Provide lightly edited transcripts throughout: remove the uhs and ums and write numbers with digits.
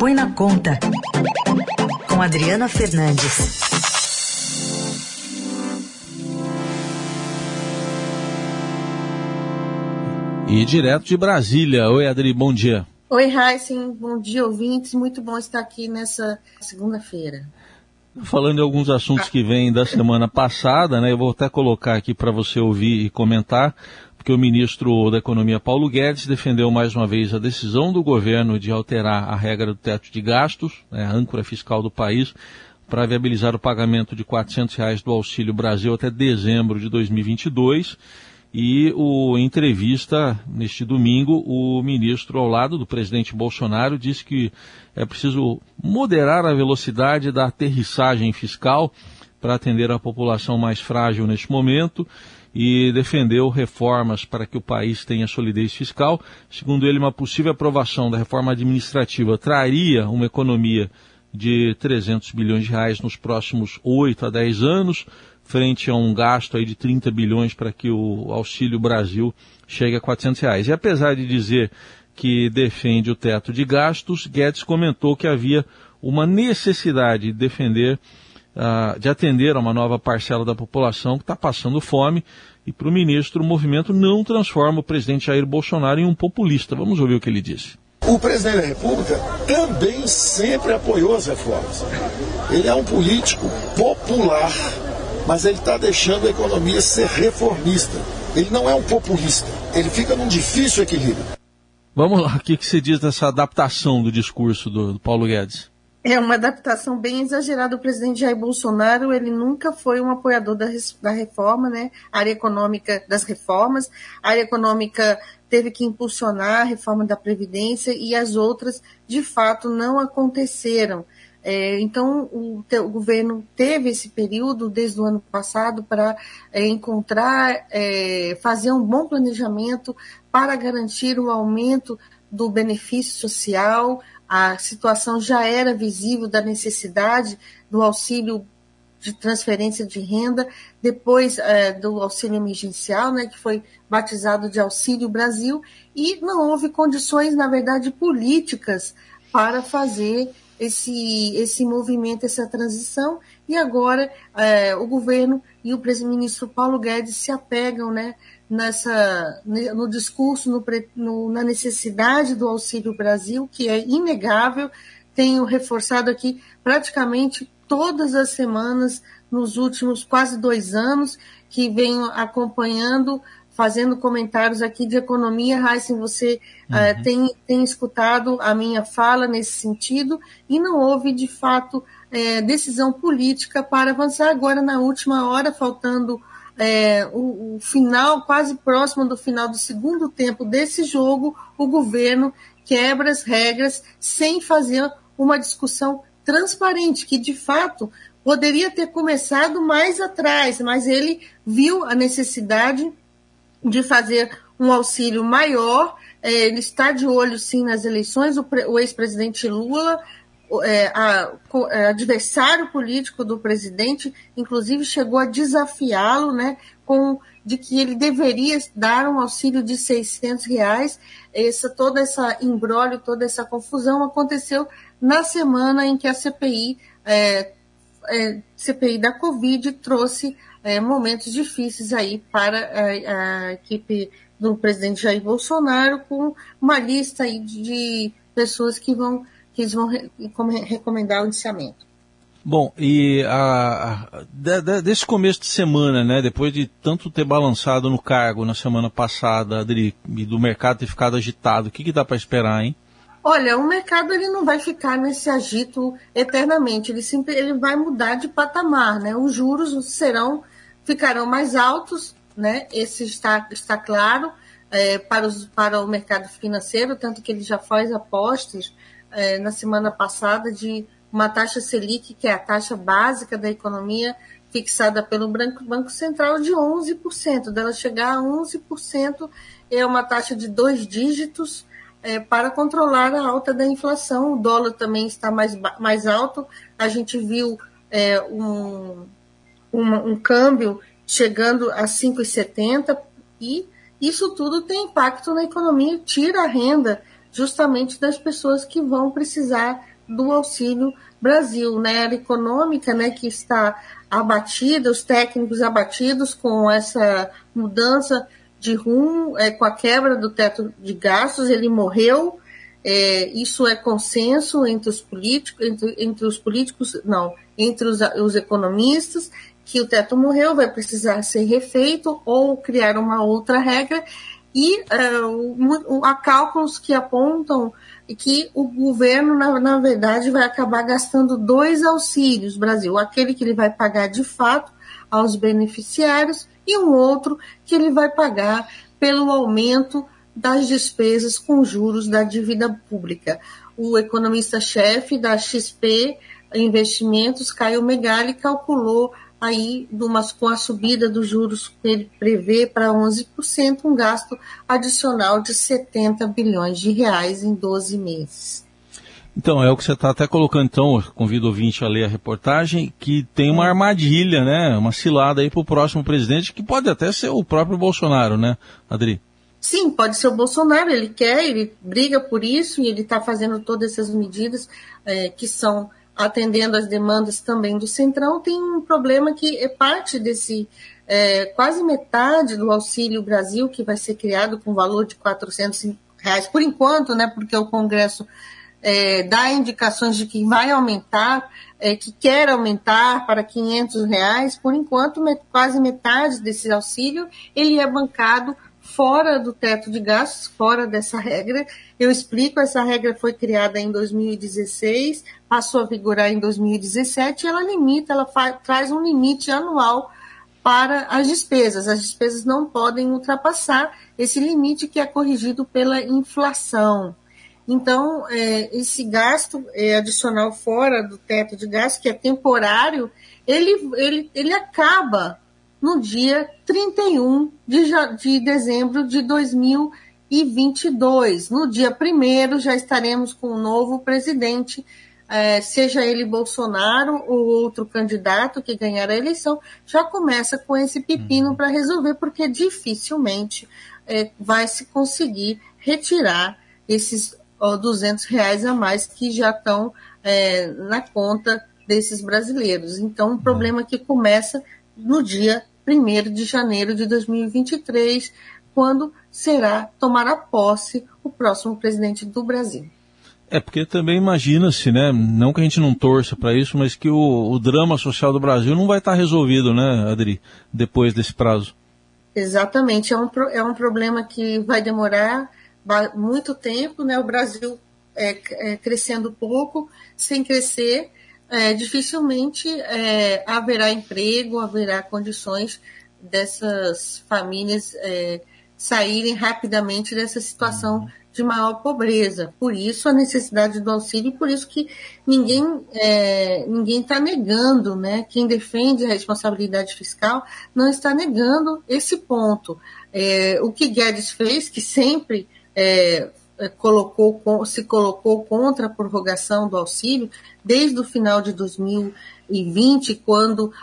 Põe na Conta, com Adriana Fernandes. E direto de Brasília. Oi, Adri, bom dia. Oi, Heisen, bom dia, ouvintes. Muito bom estar aqui nessa segunda-feira. Falando de alguns assuntos que vêm da semana passada, né? Eu vou até colocar aqui para você ouvir e comentar, porque o ministro da Economia, Paulo Guedes, defendeu mais uma vez a decisão do governo de alterar a regra do teto de gastos, né, a âncora fiscal do país, para viabilizar o pagamento de R$ 400 do Auxílio Brasil até dezembro de 2022. E em entrevista neste domingo, o ministro, ao lado do presidente Bolsonaro, disse que é preciso moderar a velocidade da aterrissagem fiscal para atender a população mais frágil neste momento e defendeu reformas para que o país tenha solidez fiscal. Segundo ele, uma possível aprovação da reforma administrativa traria uma economia de 300 bilhões de reais nos próximos 8 a 10 anos, frente a um gasto aí de 30 bilhões para que o Auxílio Brasil chegue a R$ 400. E apesar de dizer que defende o teto de gastos, Guedes comentou que havia uma necessidade de atender a uma nova parcela da população que está passando fome, e para o ministro o movimento não transforma o presidente Jair Bolsonaro em um populista. Vamos ouvir o que ele disse. O presidente da República também sempre apoiou as reformas. Ele é um político popular, mas ele está deixando a economia ser reformista. Ele não é um populista, ele fica num difícil equilíbrio. Vamos lá, o que você diz dessa adaptação do discurso do Paulo Guedes? É uma adaptação bem exagerada. O presidente Jair Bolsonaro, ele nunca foi um apoiador da reforma, né? A área econômica das reformas. A área econômica teve que impulsionar a reforma da Previdência e as outras, de fato, não aconteceram. Então, o governo teve esse período, desde o ano passado, para fazer um bom planejamento para garantir o aumento do benefício social. A situação já era visível da necessidade do auxílio de transferência de renda, depois do auxílio emergencial, né, que foi batizado de Auxílio Brasil, e não houve condições, na verdade, políticas para fazer esse movimento, essa transição, e agora o governo e o ministro Paulo Guedes se apegam, né, no discurso, na necessidade do Auxílio Brasil, que é inegável. Tenho reforçado aqui praticamente todas as semanas, nos últimos quase 2 anos, que venho acompanhando, fazendo comentários aqui de economia. Heisen, você tem escutado a minha fala nesse sentido, e não houve, de fato, decisão política para avançar. Agora, na última hora, faltando o final, quase próximo do final do segundo tempo desse jogo, o governo quebra as regras sem fazer uma discussão transparente, que de fato poderia ter começado mais atrás, mas ele viu a necessidade de fazer um auxílio maior. Ele está de olho, sim, nas eleições. O ex-presidente Lula, adversário político do presidente, inclusive chegou a desafiá-lo, né, de que ele deveria dar um auxílio de R$600. Todo esse imbróglio, toda essa confusão aconteceu na semana em que a CPI da Covid trouxe momentos difíceis aí para a equipe do presidente Jair Bolsonaro, com uma lista aí de pessoas que vão recomendar o indiciamento. Bom, e desse começo de semana, né, depois de tanto ter balançado no cargo na semana passada, Adri, e do mercado ter ficado agitado, o que dá para esperar, hein? Olha, o mercado ele não vai ficar nesse agito eternamente, ele vai mudar de patamar, né? Os juros ficarão mais altos, né? Esse está claro para o mercado financeiro, tanto que ele já faz apostas na semana passada de uma taxa Selic, que é a taxa básica da economia, fixada pelo Banco Central, de 11%. Dela chegar a 11%, é uma taxa de 2 dígitos, para controlar a alta da inflação. O dólar também está mais alto. A gente viu um câmbio chegando a 5,70, e isso tudo tem impacto na economia, tira a renda justamente das pessoas que vão precisar do Auxílio Brasil, né? A área econômica, né, que está abatida, os técnicos abatidos com essa mudança de rumo, com a quebra do teto de gastos, ele morreu. Isso é consenso entre os políticos, entre os economistas, que o teto morreu, vai precisar ser refeito ou criar uma outra regra, e há cálculos que apontam que o governo, na verdade, vai acabar gastando 2 auxílios Brasil, aquele que ele vai pagar de fato aos beneficiários e um outro que ele vai pagar pelo aumento das despesas com juros da dívida pública. O economista-chefe da XP Investimentos, Caio Megali, calculou aí, com a subida dos juros que ele prevê para 11%, um gasto adicional de 70 bilhões de reais em 12 meses. Então, é o que você está até colocando, então, eu convido o ouvinte a ler a reportagem, que tem uma armadilha, né, uma cilada aí para o próximo presidente, que pode até ser o próprio Bolsonaro, né, Adri? Sim, pode ser o Bolsonaro, ele briga por isso, e ele está fazendo todas essas medidas que são atendendo às demandas também do Centrão. Tem um problema que é parte desse, quase metade do Auxílio Brasil, que vai ser criado com valor de R$400, por enquanto, né, porque o Congresso dá indicações de que vai aumentar, que quer aumentar para R$500, por enquanto quase metade desse auxílio ele é bancado fora do teto de gastos, fora dessa regra. Eu explico, essa regra foi criada em 2016, passou a vigorar em 2017, e ela traz um limite anual para as despesas. As despesas não podem ultrapassar esse limite, que é corrigido pela inflação. Então, esse gasto adicional fora do teto de gastos, que é temporário, ele acaba no dia 31 de dezembro de 2022. No dia 1º já estaremos com um novo presidente, seja ele Bolsonaro ou outro candidato que ganhar a eleição, já começa com esse pepino para resolver, porque dificilmente vai se conseguir retirar esses R$200 a mais que já estão na conta desses brasileiros. Então, um problema que começa no dia 1º de janeiro de 2023, quando tomará posse o próximo presidente do Brasil. Porque também imagina-se, né, não que a gente não torça para isso, mas que o drama social do Brasil não vai estar resolvido, né, Adri, depois desse prazo. Exatamente, é um problema que vai demorar muito tempo, né? O Brasil crescendo pouco, sem crescer, dificilmente haverá emprego, haverá condições dessas famílias saírem rapidamente dessa situação de maior pobreza. Por isso a necessidade do auxílio, por isso que ninguém está negando, né? Quem defende a responsabilidade fiscal não está negando esse ponto. O que Guedes fez, que sempre se colocou contra a prorrogação do auxílio, desde o final de 2020, quando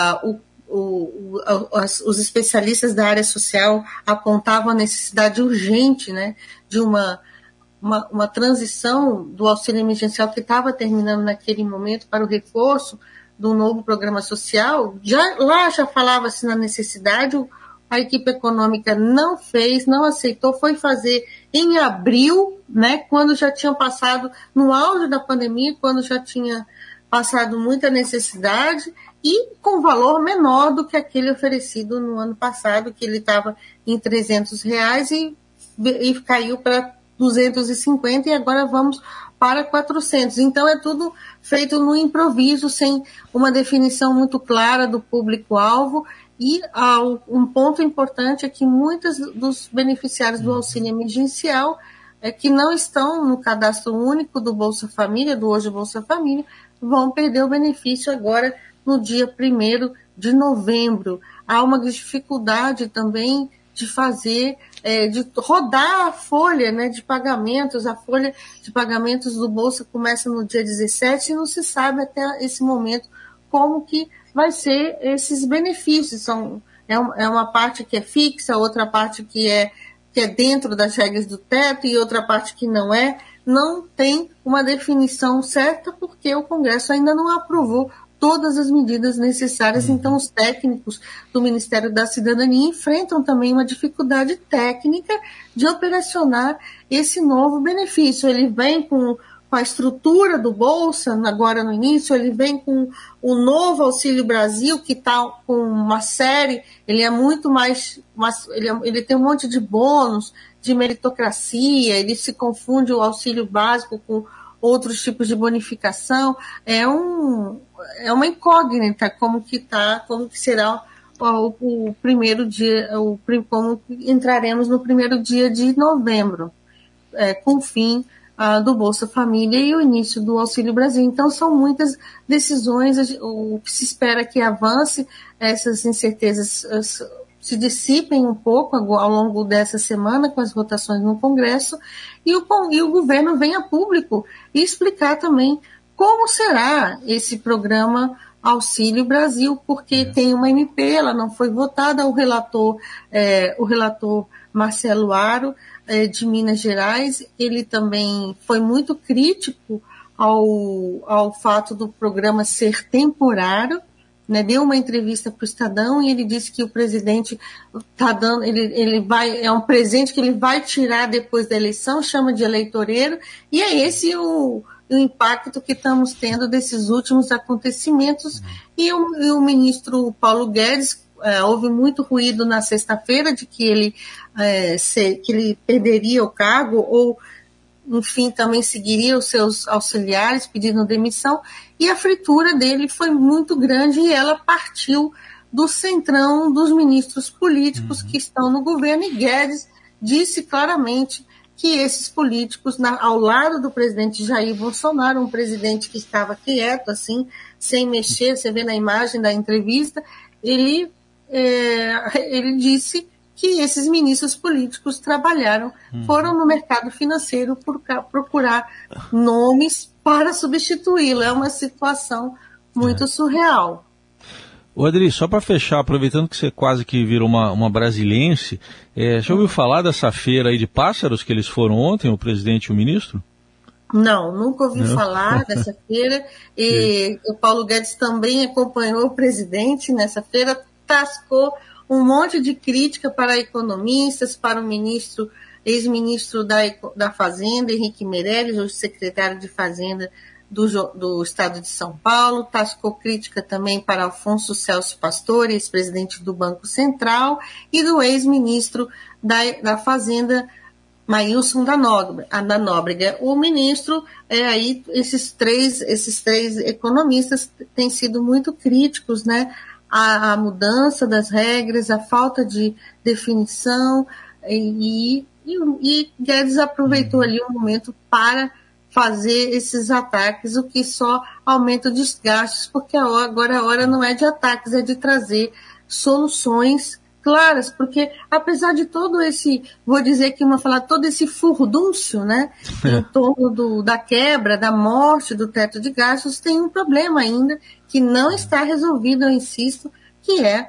os especialistas da área social apontavam a necessidade urgente, né, de uma transição do auxílio emergencial que estava terminando naquele momento para o reforço do novo programa social. Já falava-se na necessidade. A equipe econômica não aceitou, foi fazer em abril, né, quando já tinham passado, no auge da pandemia, quando já tinha passado muita necessidade, e com valor menor do que aquele oferecido no ano passado, que ele estava em R$300 e caiu para 250, e agora vamos para 400. Então é tudo feito no improviso, sem uma definição muito clara do público-alvo. E um ponto importante é que muitos dos beneficiários do auxílio emergencial que não estão no cadastro único do Bolsa Família, do Hoje Bolsa Família, vão perder o benefício agora no dia 1º de novembro. Há uma dificuldade também de de rodar a folha, né, de pagamentos. A folha de pagamentos do Bolsa começa no dia 17 e não se sabe até esse momento como que vai ser esses benefícios. É uma parte que é fixa, outra parte que é dentro das regras do teto e outra parte que não é. não tem uma definição certa porque o Congresso ainda não aprovou todas as medidas necessárias. Então, os técnicos do Ministério da Cidadania enfrentam também uma dificuldade técnica de operacionar esse novo benefício. Ele vem com a estrutura do Bolsa, agora no início, ele vem com o novo Auxílio Brasil, que está com uma série, ele é muito mais, ele tem um monte de bônus, de meritocracia, ele se confunde o auxílio básico com outros tipos de bonificação. É uma incógnita como que será o primeiro dia, como entraremos no primeiro dia de novembro, com o fim do Bolsa Família e o início do Auxílio Brasil. Então, são muitas decisões, o que se espera que avance, essas incertezas se dissipem um pouco ao longo dessa semana com as votações no Congresso, e o governo venha a público e explicar também como será esse programa Auxílio Brasil, porque tem uma MP, ela não foi votada, o relator Marcelo Aro, de Minas Gerais, ele também foi muito crítico ao fato do programa ser temporário, né? Deu uma entrevista para o Estadão e ele disse que o presidente está dando, é um presente que ele vai tirar depois da eleição, chama de eleitoreiro, e é esse o impacto que estamos tendo desses últimos acontecimentos. E o ministro Paulo Guedes, houve muito ruído na sexta-feira de que ele perderia o cargo ou, enfim, também seguiria os seus auxiliares pedindo demissão, e a fritura dele foi muito grande e ela partiu do centrão dos ministros políticos que estão no governo, e Guedes disse claramente que esses políticos, ao lado do presidente Jair Bolsonaro, um presidente que estava quieto, assim, sem mexer, você vê na imagem da entrevista, ele disse que esses ministros políticos trabalharam, foram no mercado financeiro procurar nomes para substituí-lo. É uma situação muito surreal. Ô Adri, só para fechar, aproveitando que você quase que virou uma brasiliense, já ouviu falar dessa feira aí de pássaros que eles foram ontem, o presidente e o ministro? Não, nunca ouvi falar dessa feira, e o Paulo Guedes também acompanhou o presidente nessa feira, tascou um monte de crítica para economistas, para o ex-ministro da Fazenda, Henrique Meirelles, o secretário de Fazenda do Estado de São Paulo, tascou crítica também para Alfonso Celso Pastore, ex-presidente do Banco Central, e do ex-ministro da Fazenda, Maílson da Nóbrega. O ministro, esses três economistas têm sido muito críticos, né? A mudança das regras, a falta de definição, e Guedes aproveitou ali um momento para fazer esses ataques, o que só aumenta os desgastes, porque agora a hora não é de ataques, é de trazer soluções claras, porque apesar de todo esse, todo esse furdúncio, né, em torno da quebra, da morte do teto de gastos, tem um problema ainda que não está resolvido, eu insisto, que é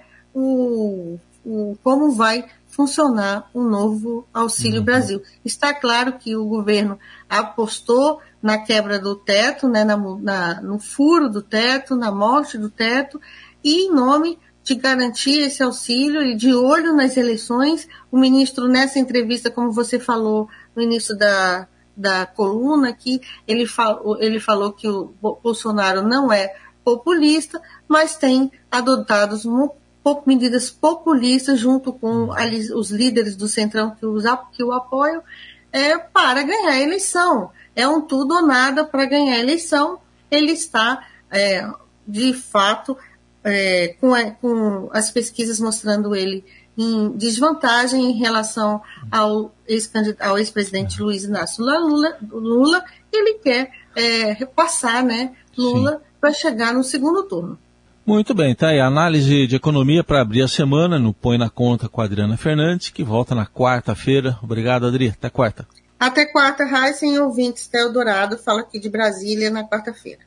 como vai funcionar o novo Auxílio Brasil. Está claro que o governo apostou na quebra do teto, né, no furo do teto, na morte do teto, e em nome de garantir esse auxílio e de olho nas eleições, o ministro, nessa entrevista, como você falou no início da coluna, que ele falou que o Bolsonaro não é populista, mas tem adotado medidas populistas junto com os líderes do Centrão que o apoiam para ganhar a eleição. É um tudo ou nada para ganhar a eleição. Ele está, de fato, com as pesquisas mostrando ele em desvantagem em relação ao ex-presidente Luiz Inácio Lula. Ele quer repassar, né, Lula para chegar no segundo turno. Muito bem, tá aí a análise de economia para abrir a semana no Põe na Conta com a Adriana Fernandes, que volta na quarta-feira. Obrigado, Adri. Até quarta. Até quarta, Raíssa, ouvintes. Eldorado fala aqui de Brasília na quarta-feira.